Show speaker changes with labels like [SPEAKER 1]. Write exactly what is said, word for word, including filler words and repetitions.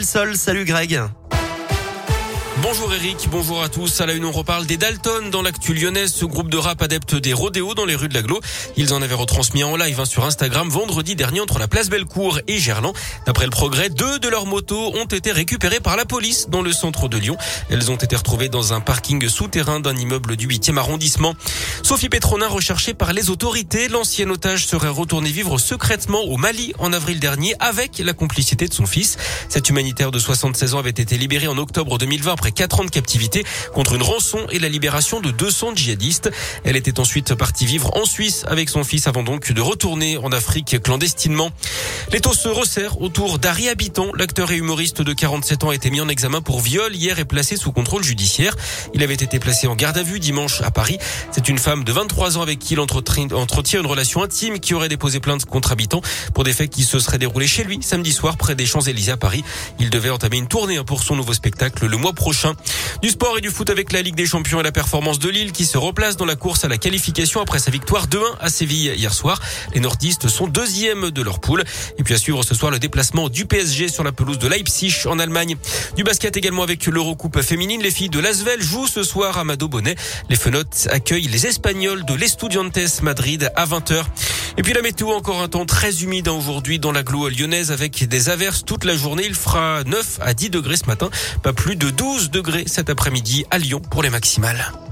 [SPEAKER 1] Delsol. Salut Greg.
[SPEAKER 2] Bonjour Eric, bonjour à tous. À la une, on reparle des Dalton dans l'actu lyonnaise. Ce groupe de rap adepte des rodéos dans les rues de l'Agglo. Ils en avaient retransmis en live hein, sur Instagram vendredi dernier entre la place Bellecour et Gerland. D'après le Progrès, deux de leurs motos ont été récupérées par la police dans le centre de Lyon. Elles ont été retrouvées dans un parking souterrain d'un immeuble du huitième arrondissement. Sophie Petronin recherchée par les autorités. L'ancienne otage serait retournée vivre secrètement au Mali en avril dernier avec la complicité de son fils. Cette humanitaire de soixante-seize ans avait été libérée en octobre deux mille vingt après quatre ans de captivité contre une rançon et la libération de deux cents djihadistes. Elle était ensuite partie vivre en Suisse avec son fils avant donc de retourner en Afrique clandestinement. Les taux se resserrent autour d'Harry Habitant. L'acteur et humoriste de quarante-sept ans a été mis en examen pour viol hier et placé sous contrôle judiciaire. Il avait été placé en garde à vue dimanche à Paris. C'est une femme de vingt-trois ans avec qui il entretient une relation intime qui aurait déposé plainte contre Habitant pour des faits qui se seraient déroulés chez lui samedi soir près des Champs-Élysées à Paris. Il devait entamer une tournée pour son nouveau spectacle le mois prochain. Du sport et du foot avec la Ligue des Champions et la performance de Lille qui se replace dans la course à la qualification après sa victoire deux un à Séville hier soir. Les nordistes sont deuxièmes de leur poule. Et puis à suivre ce soir le déplacement du P S G sur la pelouse de Leipzig en Allemagne. Du basket également avec l'Eurocoupe féminine. Les filles de l'Asvel jouent ce soir à Mado Bonnet. Les Fenotes accueillent les Espagnols de l'Estudiantes Madrid à vingt heures. Et puis la météo, encore un temps très humide aujourd'hui dans l'agglo lyonnaise avec des averses toute la journée. Il fera neuf à dix degrés ce matin, pas plus de douze degrés cet après-midi à Lyon pour les maximales.